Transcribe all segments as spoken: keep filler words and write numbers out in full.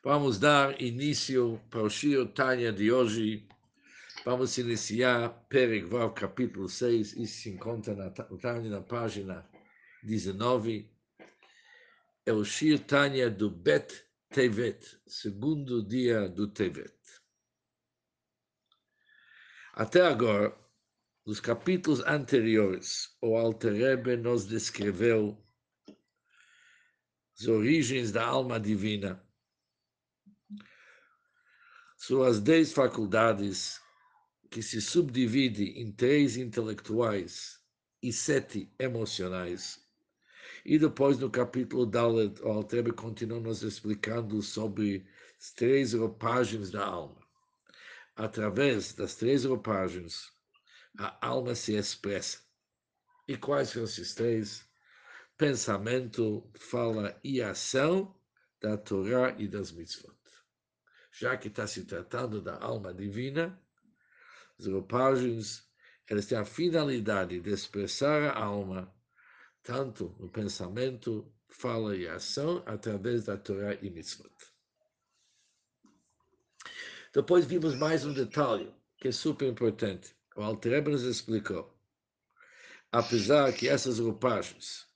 Vamos dar início para o Shir Tanya de hoje. Vamos iniciar Perek Vav, capítulo seis. Isso se encontra na Tanya, na página dezenove. É o Shir Tanya do Bet Tevet, segundo dia do Tevet. Até agora, nos capítulos anteriores, o Alter Rebbe nos descreveu as origens da alma divina, suas dez faculdades, que se subdivide em três intelectuais e sete emocionais. E depois, no capítulo Dalet, o Alter Rebbe continua nos explicando sobre as três roupagens da alma. Através das três roupagens, a alma se expressa. E quais são esses três? Pensamento, fala e ação da Torá e das mitzvot. Já que está se tratando da alma divina, as roupagens, elas têm a finalidade de expressar a alma, tanto no pensamento, fala e ação, através da Torá e mitzvot. Depois vimos mais um detalhe, que é super importante. O Alter Rebbe nos explicou. Apesar que essas roupagens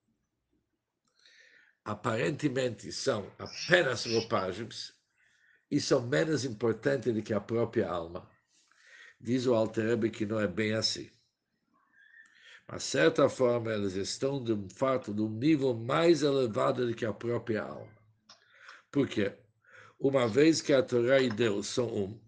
aparentemente são apenas roupagens e são menos importantes do que a própria alma, diz o Alter Rebbe que não é bem assim. Mas, de certa forma, elas estão, de um fato, de um nível mais elevado do que a própria alma. Por quê? Uma vez que a Torá e Deus são um,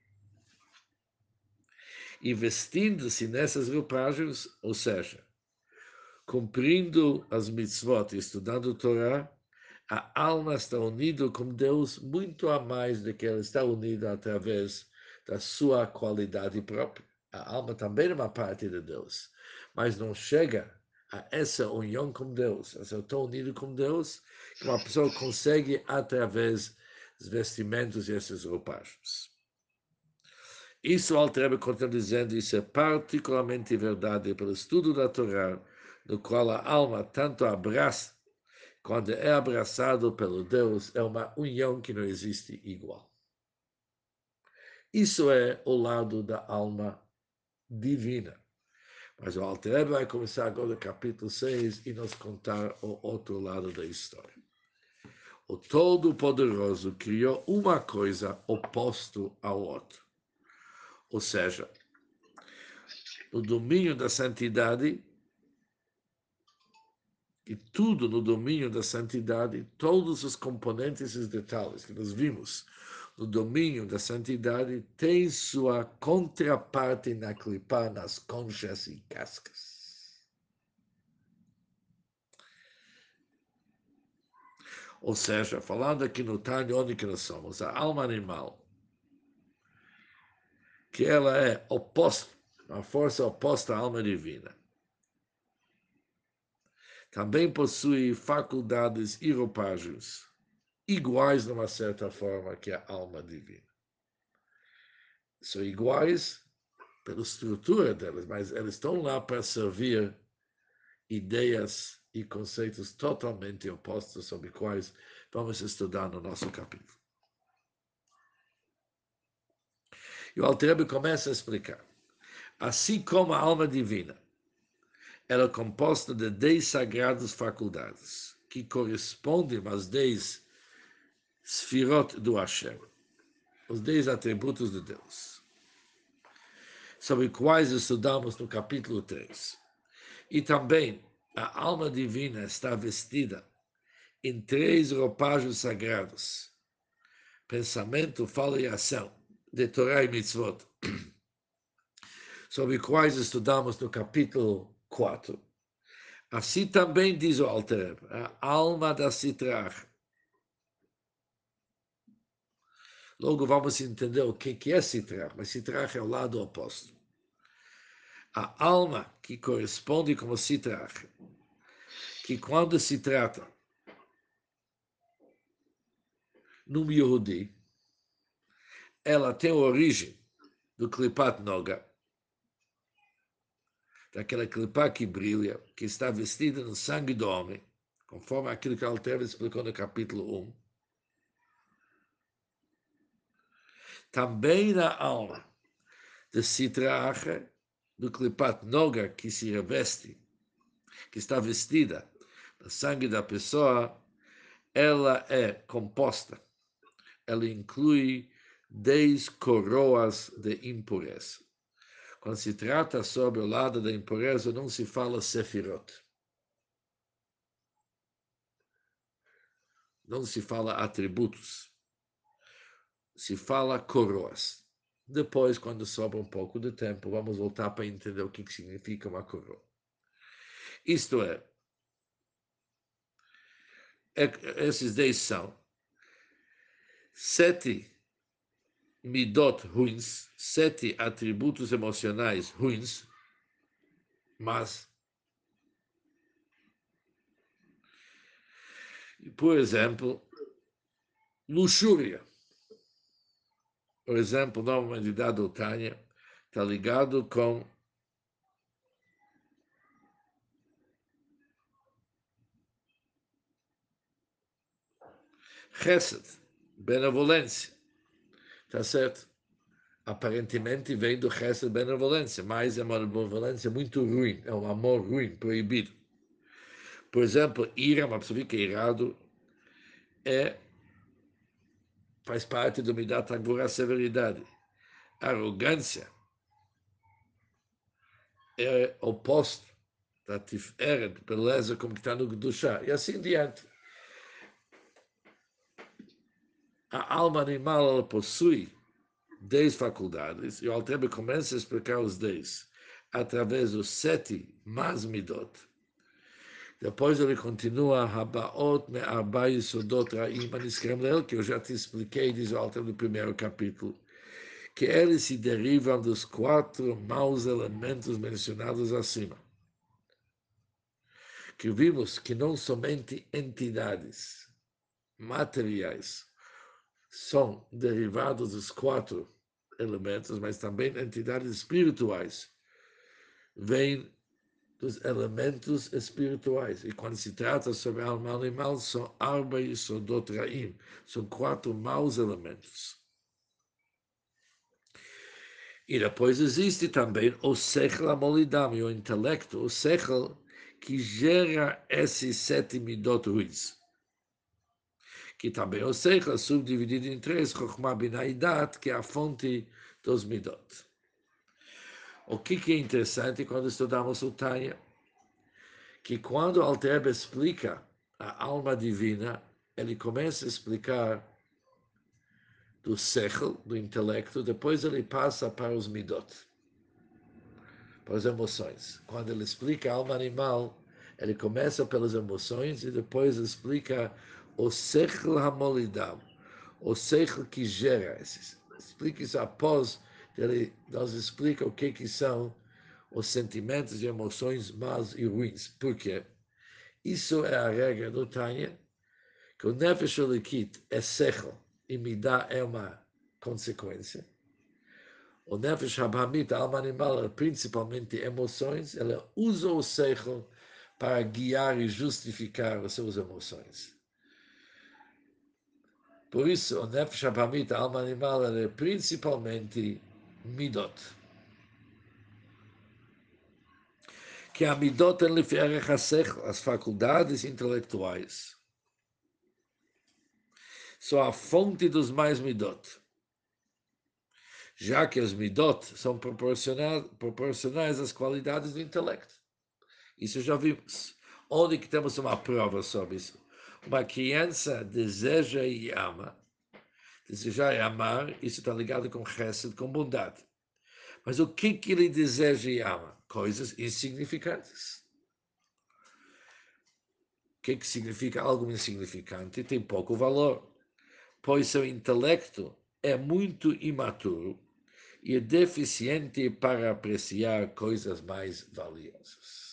e vestindo-se nessas roupagens, ou seja, cumprindo as mitzvot e estudando a Torá, a alma está unida com Deus muito a mais do que ela está unida através da sua qualidade própria. A alma também é uma parte de Deus, mas não chega a essa união com Deus, a ser tão unido com Deus, que uma pessoa consegue através dos vestimentos e essas roupagens. Isso o Alter Rebbe continua dizendo, isso é particularmente verdade pelo estudo da Torá, no qual a alma tanto abraça, quando é abraçado pelo Deus, é uma união que não existe igual. Isso é o lado da alma divina. Mas o Alter Rebbe vai começar agora no capítulo seis e nos contar o outro lado da história. O Todo-Poderoso criou uma coisa oposto ao outro. Ou seja, o domínio da santidade e tudo no domínio da santidade, todos os componentes e os detalhes que nós vimos no domínio da santidade tem sua contraparte na clipá, nas conchas e cascas. Ou seja, falando aqui no Tânia, onde que nós somos, a alma animal, que ela é oposta, uma força oposta à alma divina, também possui faculdades e roupagens iguais, numa certa forma, que a alma divina. São iguais pela estrutura delas, mas elas estão lá para servir ideias e conceitos totalmente opostos sobre quais vamos estudar no nosso capítulo. E o Alter Rebbe começa a explicar. Assim como a alma divina, ela é composta de dez sagradas faculdades, que correspondem às dez sfirot do Hashem, os dez atributos de Deus, sobre quais estudamos no capítulo três. E também a alma divina está vestida em três roupagens sagradas: pensamento, fala e ação, de Torá e Mitzvot, sobre quais estudamos no capítulo quatro. Assim também diz o Alter Rebbe, a alma da Sitrach. Logo vamos entender o que é Sitrach, mas Sitrach é o lado oposto. A alma que corresponde como Sitrach, que quando se trata num Yehudi, ela tem origem do Klipat Noga, daquela clipá que brilha, que está vestida no sangue do homem, conforme aquilo que Alter Rebbe explicou no capítulo um. também na alma de Sitra Acher, do Klipat Noga, que se reveste, que está vestida no sangue da pessoa, ela é composta, ela inclui dez coroas de impureza. Quando se trata sobre o lado da impureza, não se fala sefirot. Não se fala atributos. Se fala coroas. Depois, quando sobra um pouco de tempo, vamos voltar para entender o que significa uma coroa. Isto é, esses dez são sete midot ruins, sete atributos emocionais ruins, mas, por exemplo, luxúria. O exemplo normalmente dado ao Tânia está ligado com Chesed, benevolência. Está certo? Aparentemente vem do Chesed, benevolência, mas é uma benevolência muito ruim, é um amor ruim, proibido. Por exemplo, ira, uma pessoa que é irado, é, faz parte do Midat Agvura, a severidade. Arrogância é oposto da Tiferet, beleza, como está no Kedushá, e assim diante. A alma animal ela possui dez faculdades, e o Alter começa a explicar os dez através dos sete masmidot. Depois ele continua, Habaot me arbai sodot ra'im aniskrem leel, que eu já te expliquei, diz o Alter no primeiro capítulo, que eles se derivam dos quatro maus elementos mencionados acima. Que vimos que não somente entidades materiais são derivados dos quatro elementos, mas também entidades espirituais vêm dos elementos espirituais. E quando se trata sobre a alma animal, são arba e sodot raim, são quatro maus elementos. E depois existe também o sechel amolidam, o intelecto, o sechel que gera esses sete midot ruins. Que também o sechel é subdividido em três, Chokhmah, Binah e Dat, que é a fonte dos midot. O que, que é interessante quando estudamos o Tanya? Que quando o Alter explica a alma divina, ele começa a explicar do sechel, do intelecto, depois ele passa para os midot, para as emoções. Quando ele explica a alma animal, ele começa pelas emoções e depois explica o sechel hamolidam, o sechel que gera esses. Explica isso após ele nos explica o que, que são os sentimentos e emoções más e ruins. Por quê? Isso é a regra do Tanya, que o Nefesh Elikit é sechel e Midah é uma consequência. O Nefesh Habamit, a alma animal, principalmente emoções, ela usa o sechel para guiar e justificar as suas emoções. Por isso, o Nefesh Habamit, a alma animal, ela é principalmente Midot. Que a Midot tem Lefiarech HaSechel, as faculdades intelectuais. São a fonte dos mais Midot. Já que as Midot são proporcionais, proporcionais às qualidades do intelecto. Isso já vimos. Onde que temos uma prova sobre isso? Uma criança deseja e ama. Desejar e amar, isso está ligado com chesed, com bondade. Mas o que, que ele deseja e ama? Coisas insignificantes. O que, que significa algo insignificante? Tem pouco valor, pois seu intelecto é muito imaturo e é deficiente para apreciar coisas mais valiosas.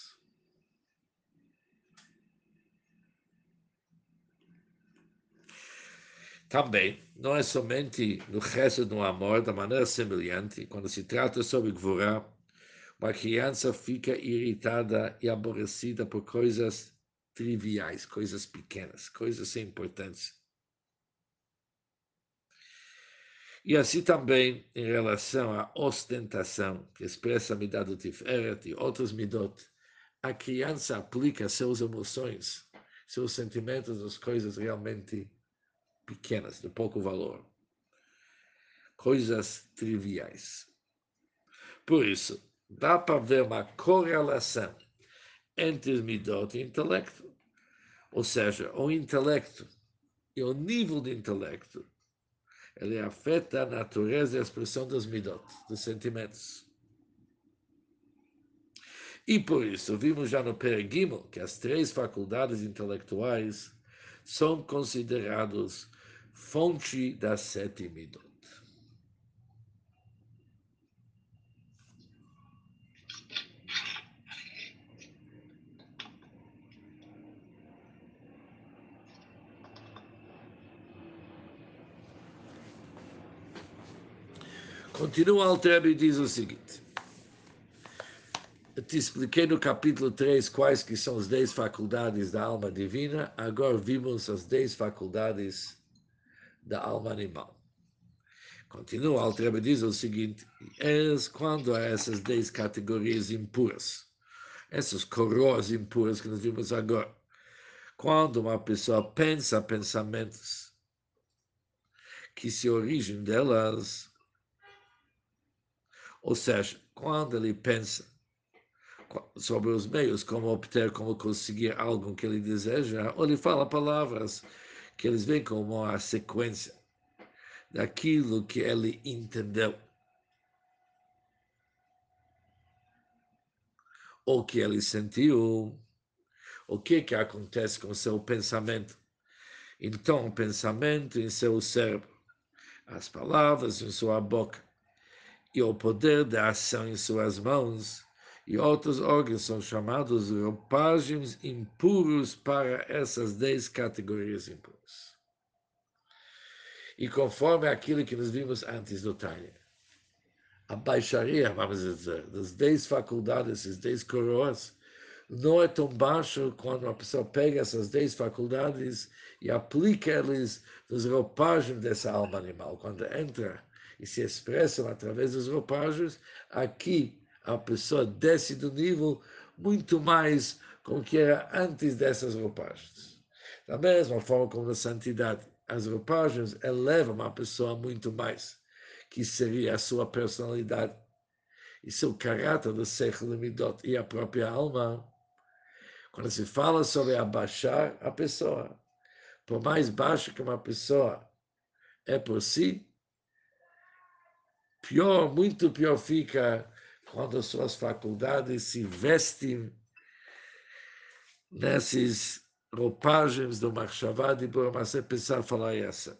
Também, não é somente no gesto no amor, da maneira semelhante, quando se trata sobre Gvorá, uma criança fica irritada e aborrecida por coisas triviais, coisas pequenas, coisas sem importância. E assim também em relação à ostentação, que expressa a midá do Tiferet e outros midot, a criança aplica suas emoções, seus sentimentos às coisas realmente pequenas, de pouco valor, coisas triviais. Por isso, dá para ver uma correlação entre os midot e o intelecto, ou seja, o intelecto e o nível de intelecto, ele afeta a natureza e a expressão dos midot, dos sentimentos. E por isso, vimos já no Perigimo que as três faculdades intelectuais são considerados fonte das sete midot. Continua o Alter Rebbe e diz o seguinte: eu te expliquei no capítulo três quais que são as dez faculdades da alma divina, agora vimos as dez faculdades da alma animal. Continua, o Alter Rebbe diz o seguinte: és quando há essas dez categorias impuras, essas coroas impuras que nós vimos agora, quando uma pessoa pensa pensamentos que se origem delas, ou seja, quando ele pensa sobre os meios, como obter, como conseguir algo que ele deseja, ou ele fala palavras que eles veem como a sequência daquilo que ele entendeu, ou que ele sentiu, o que que acontece com o seu pensamento. Então, o pensamento em seu cérebro, as palavras em sua boca e o poder da ação em suas mãos e outros órgãos são chamados roupagens impuros para essas dez categorias impuras. E conforme aquilo que nós vimos antes do Tânia, a baixaria, vamos dizer, das dez faculdades, essas dez coroas, não é tão baixo quando a pessoa pega essas dez faculdades e aplica eles nas roupagens dessa alma animal. Quando entra e se expressam através das roupagens, aqui a pessoa desce do nível muito mais como que era antes dessas roupagens. Da mesma forma como na santidade, as roupagens elevam a pessoa muito mais, que seria a sua personalidade e seu caráter do Seichel Midot e a própria alma. Quando se fala sobre abaixar a pessoa, por mais baixa que uma pessoa é por si, pior, muito pior fica quando suas faculdades se vestem nessas roupagens do Machshavá de Burmasé pensar falar essa.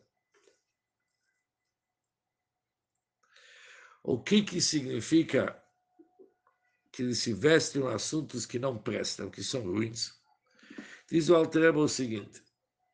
O que que significa que eles se vestem em assuntos que não prestam, que são ruins? Diz o Alter Rebbe o seguinte: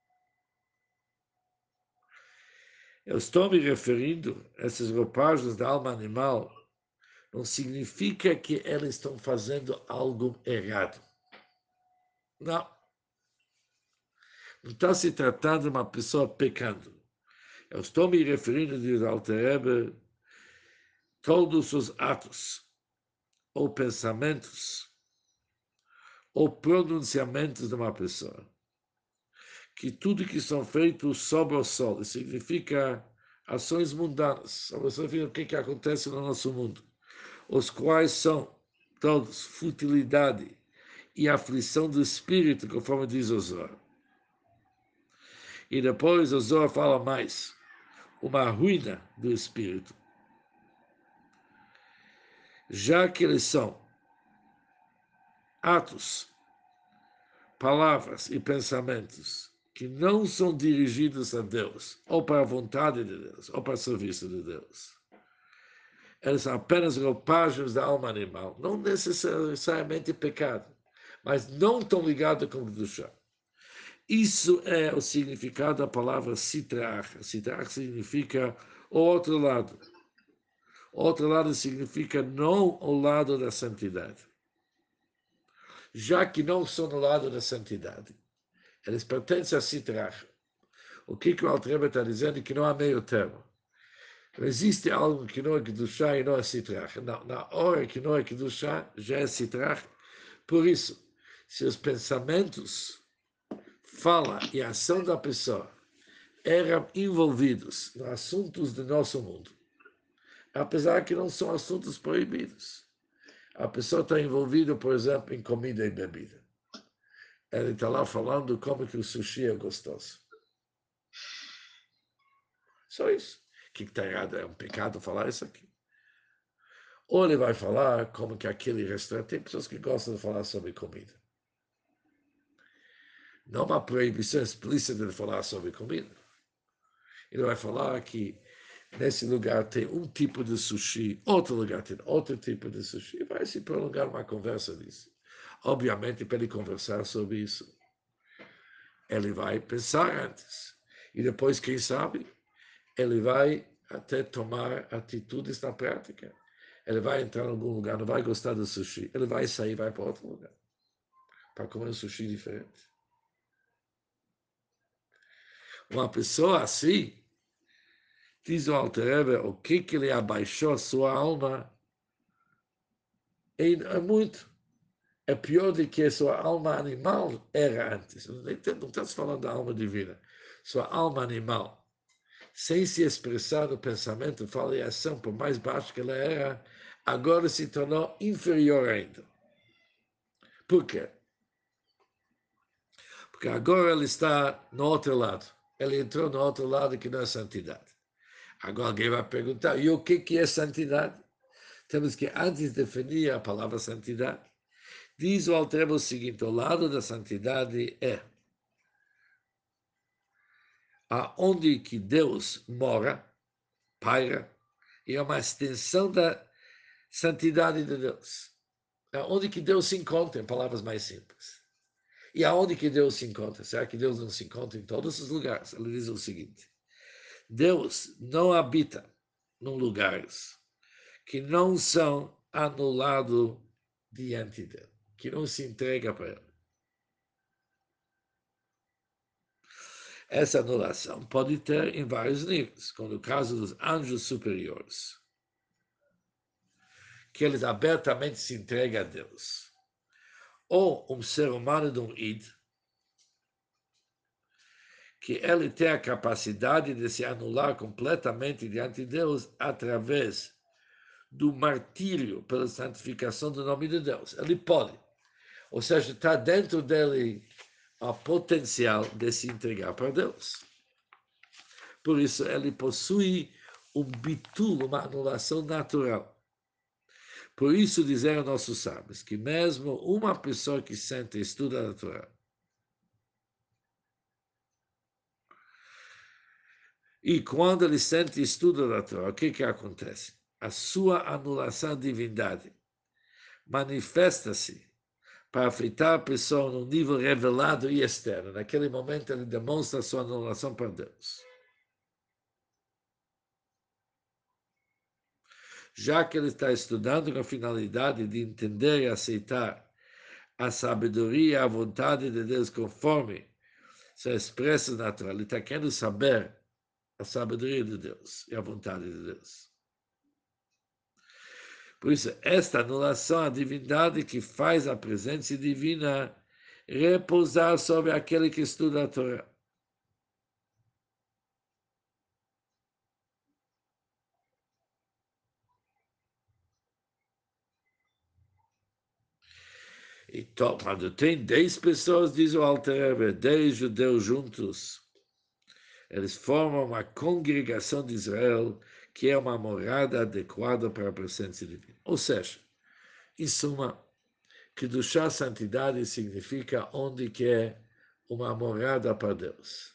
eu estou me referindo a essas roupagens da alma animal, não significa que eles estão fazendo algo errado. Não. Não está se tratando de uma pessoa pecando. Eu estou me referindo, diz Alter Rebbe, todos os atos, ou pensamentos, ou pronunciamentos de uma pessoa, que tudo que são feitos sob o sol, significa ações mundanas, sobre o que, que acontece no nosso mundo, os quais são todos futilidade e aflição do espírito, conforme diz o Zohar. E depois o Zohar fala mais, uma ruína do espírito. Já que eles são atos, palavras e pensamentos que não são dirigidos a Deus, ou para a vontade de Deus, ou para o serviço de Deus. Eles são apenas roupagens da alma animal, não necessariamente pecado, mas não estão ligados com o Kedushá. Isso é o significado da palavra sitrach. Sitrach significa o outro lado. O outro lado significa não o lado da santidade. Já que não são no lado da santidade, eles pertencem a sitrach. O que, que o Alter Rebbe está dizendo? Que não há meio termo. Não existe algo que não é Kedushá e não é Sitrach. Na, na hora que não é Kedushá, já é Sitrach. Por isso, se os pensamentos, fala e a ação da pessoa eram envolvidos nos assuntos do nosso mundo, apesar que não são assuntos proibidos. A pessoa está envolvida, por exemplo, em comida e bebida. Ele está lá falando como que o sushi é gostoso. Só isso. O que está errado? É um pecado falar isso aqui. Ou ele vai falar como que aquele restaurante... Tem pessoas que gostam de falar sobre comida. Não uma proibição explícita de falar sobre comida. Ele vai falar que nesse lugar tem um tipo de sushi, outro lugar tem outro tipo de sushi. E vai se prolongar uma conversa disso. Obviamente, para ele conversar sobre isso, ele vai pensar antes. E depois, quem sabe, ele vai até tomar atitudes na prática. Ele vai entrar em algum lugar, não vai gostar do sushi. Ele vai sair e vai para outro lugar para comer um sushi diferente. Uma pessoa assim, diz o Alter Rebbe, o que, que ele abaixou a sua alma é, é muito. É pior do que a sua alma animal era antes. Não estamos falando da alma divina. Sua alma animal, sem se expressar no pensamento, fala e ação, por mais baixo que ela era, agora se tornou inferior ainda. Por quê? Porque agora ele está no outro lado. Ele entrou no outro lado que não é santidade. Agora alguém vai perguntar, e o que, que é santidade? Temos que, antes de definir a palavra santidade, diz o Alter Rebbe o seguinte, o lado da santidade é aonde que Deus mora, paira, e é uma extensão da santidade de Deus. Aonde que Deus se encontra, em palavras mais simples. E aonde que Deus se encontra? Será que Deus não se encontra em todos os lugares? Ele diz o seguinte, Deus não habita em lugares que não são anulados diante dele, que não se entrega para ele. Essa anulação pode ter em vários níveis, como no caso dos anjos superiores, que eles abertamente se entregam a Deus. Ou um ser humano de um id, que ele tem a capacidade de se anular completamente diante de Deus através do martírio pela santificação do nome de Deus. Ele pode. Ou seja, está dentro dele o potencial de se entregar para Deus. Por isso, ele possui um bitul, uma anulação natural. Por isso, dizeram nossos sábios que mesmo uma pessoa que sente e estuda a Torá, e quando ele sente e estuda a Torá, o que, que acontece? A sua anulação à divindade manifesta-se para afetar a pessoa num nível revelado e externo. Naquele momento, ele demonstra a sua anulação para Deus. Já que ele está estudando com a finalidade de entender e aceitar a sabedoria e a vontade de Deus conforme são expressas na Torá, ele está querendo saber a sabedoria de Deus e a vontade de Deus. Por isso, esta anulação à divindade que faz a presença divina repousar sobre aquele que estuda a Torá. Então, quando tem dez pessoas, diz o Alter Rebbe, dez judeus juntos, eles formam uma congregação de Israel que é uma morada adequada para a presença divina. Ou seja, em suma, Kedushá, santidade, significa onde que é uma morada para Deus.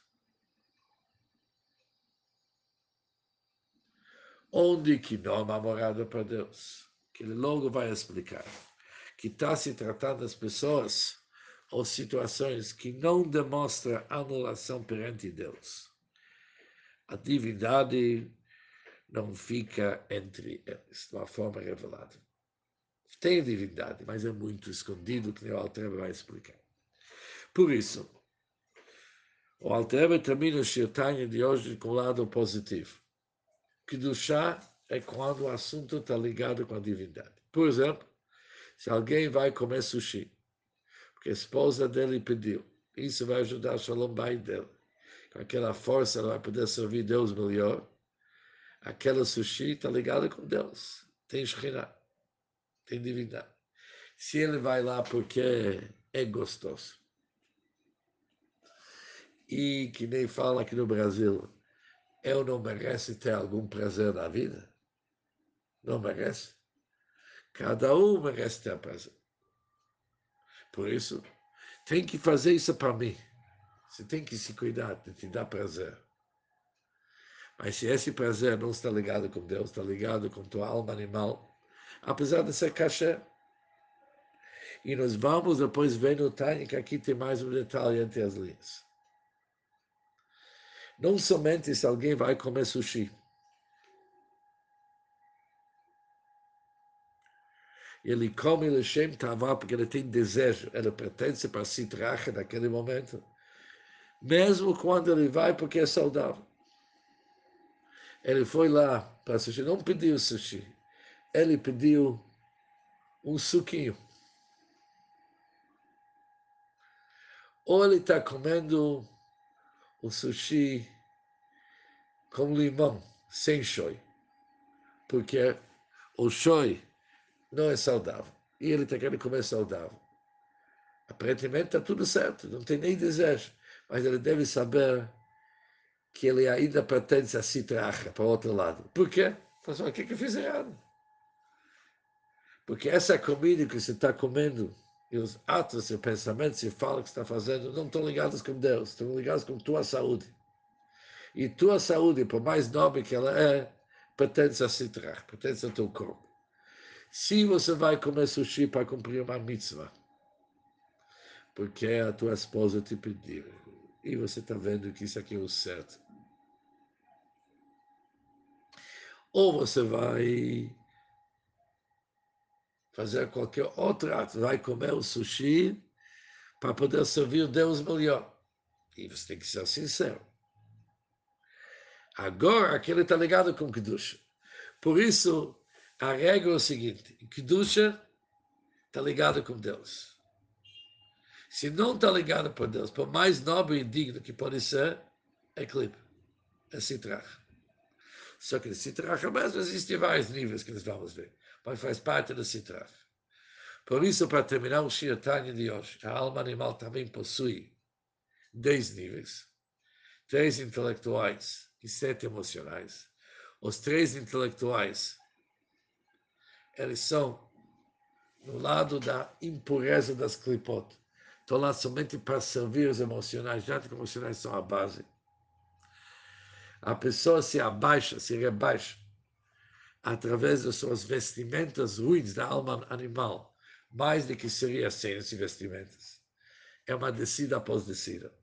Onde que não é uma morada para Deus? Que ele logo vai explicar. Que está se tratando das pessoas ou situações que não demonstram anulação perante Deus. A divindade não fica entre eles, de uma forma revelada. Tem divindade, mas é muito escondido, que o Alter Rebbe vai explicar. Por isso, o Alter Rebbe termina o Shir Tanya de hoje com o lado positivo. Kedushá é quando o assunto está ligado com a divindade. Por exemplo, se alguém vai comer sushi, porque a esposa dele pediu, isso vai ajudar o Shalom Bayit dele. Com aquela força, ela vai poder servir Deus melhor. Aquela sushi está ligada com Deus. Tem Shekhinah, tem divindade. Se ele vai lá porque é gostoso, e que nem fala aqui no Brasil, eu não mereço ter algum prazer na vida? Não merece? Cada um merece ter prazer. Por isso, tem que fazer isso para mim. Você tem que se cuidar de te dar prazer. Mas se esse prazer não está ligado com Deus, está ligado com tua alma animal, apesar de ser cachê. E nós vamos depois ver no Tânia que aqui tem mais um detalhe entre as linhas. Não somente se alguém vai comer sushi. Ele come Lechem Tavá porque ele tem desejo, ele pertence para si traje naquele momento, mesmo quando ele vai porque é saudável. Ele foi lá para sushi, não pediu sushi, ele pediu um suquinho. Ou ele está comendo o sushi com limão, sem shoyu, porque o shoyu não é saudável. E ele está querendo comer saudável. Aparentemente está tudo certo, não tem nem desejo. Mas ele deve saber que ele ainda pertence a Citracha, para o outro lado. Por quê? Falou, o que, que eu fiz errado? Porque essa comida que você está comendo, e os atos e pensamentos e fala que você está fazendo, não estão ligados com Deus, estão ligados com tua saúde. E tua saúde, por mais nobre que ela é, pertence a Citracha, pertence ao teu corpo. Se você vai comer sushi para cumprir uma mitzvah, porque a tua esposa te pediu, e você está vendo que isso aqui é o certo, ou você vai fazer qualquer outro ato, vai comer o sushi para poder servir o Deus melhor. E você tem que ser sincero. Agora, aquele está ligado com Kedusha. Por isso, a regra é o seguinte: Kedusha está ligado com Deus. Se não está ligado com Deus, por mais nobre e digno que pode ser, é clipe, é citrach. Só que no citrach mesmo existem vários níveis que nós vamos ver, mas faz parte do citrach. Por isso, para terminar o Shir Tanya de hoje, a alma animal também possui dez níveis, três intelectuais e sete emocionais. Os três intelectuais, eles são no lado da impureza das clipot. Estão lá somente para servir os emocionais, já que os emocionais são a base. A pessoa se abaixa, se rebaixa, através das suas vestimentas ruins da alma animal, mais do que seria sem esses vestimentas. É uma descida após descida.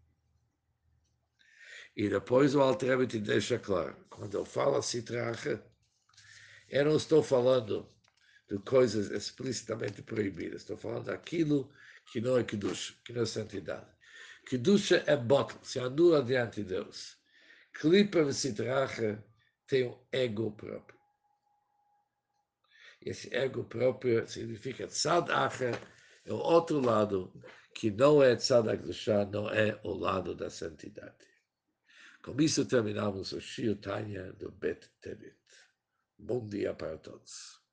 E depois o Alter Rebbe te deixa claro, quando eu falo citracha, eu não estou falando de coisas explicitamente proibidas, estou falando daquilo que não é Kedusha, que não é santidade. Kedusha é bottle, se anula diante de Deus. Klipa e citracha tem um ego próprio. E esse ego próprio significa tzad acher, é o outro lado, que não é tzad akdusha, não é o lado da santidade. Com isso terminamos o Shir Tanya do Bet Tevet. Bom dia para todos.